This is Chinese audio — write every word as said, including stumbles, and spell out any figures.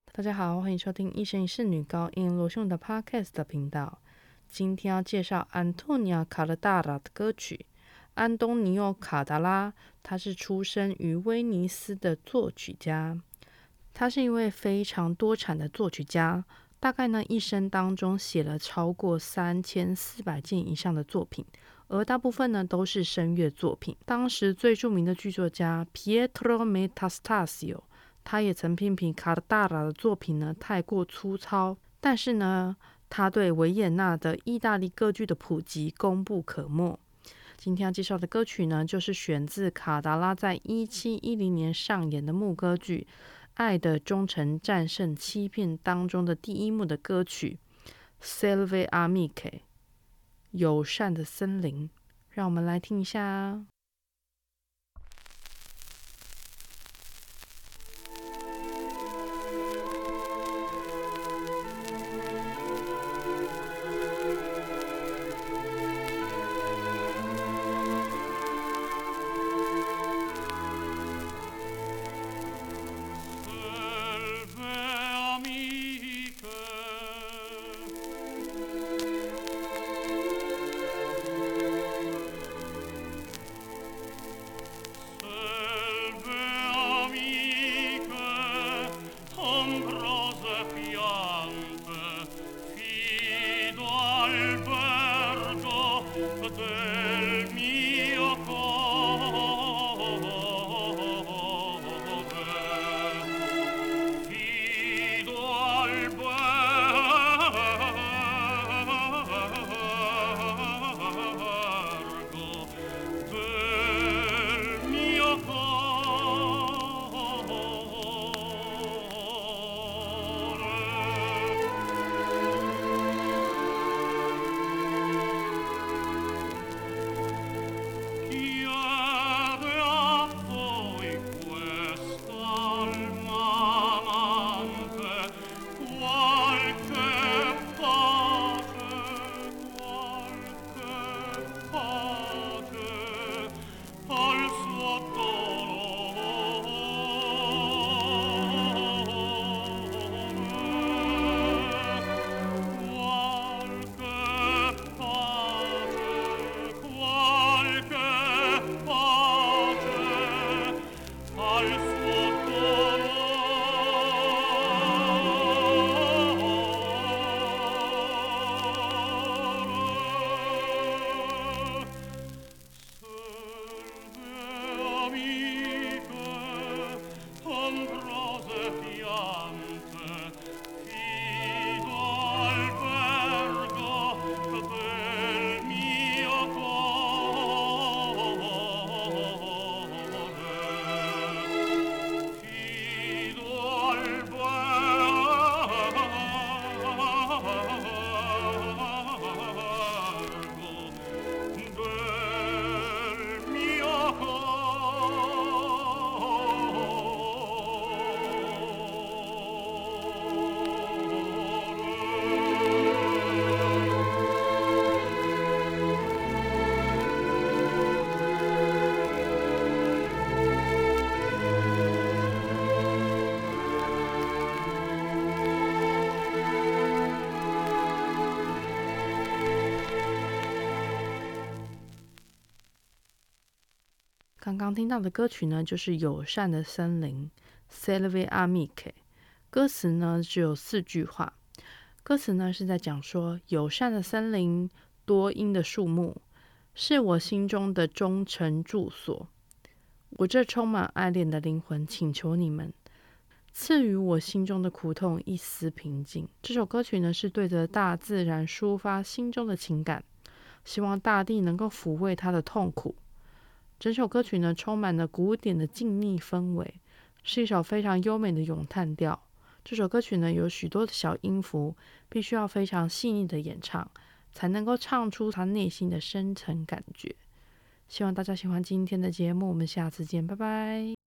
大家好，欢迎收听一生一世女高音罗秀的 Podcast 的频道。今天要介绍安东尼奥·卡勒达拉的歌曲。安东尼奥·卡达拉，他是出生于威尼斯的作曲家。他是一位非常多产的作曲家，大概呢一生当中写了超过三千四百件以上的作品，而大部分呢都是声乐作品。当时最著名的剧作家 Pietro Metastasio，他也曾批评卡达拉的作品呢太过粗糙，但是呢，他对维也纳的意大利歌剧的普及功不可没。今天要介绍的歌曲呢，就是选自卡达拉在一七一零年上演的牧歌剧《爱的忠诚战胜欺骗》当中的第一幕的歌曲《Selve Amiche》友善的森林。让我们来听一下。刚刚听到的歌曲呢，就是《友善的森林》（Selve Amiche）。歌词呢只有四句话。歌词呢是在讲说，友善的森林，多阴的树木，是我心中的忠诚住所。我这充满爱恋的灵魂，请求你们赐予我心中的苦痛一丝平静。这首歌曲呢是对着大自然抒发心中的情感，希望大地能够抚慰他的痛苦。整首歌曲呢，充满了古典的静谧氛围，是一首非常优美的咏叹调。这首歌曲呢，有许多的小音符，必须要非常细腻的演唱，才能够唱出他内心的深层感觉。希望大家喜欢今天的节目，我们下次见，拜拜。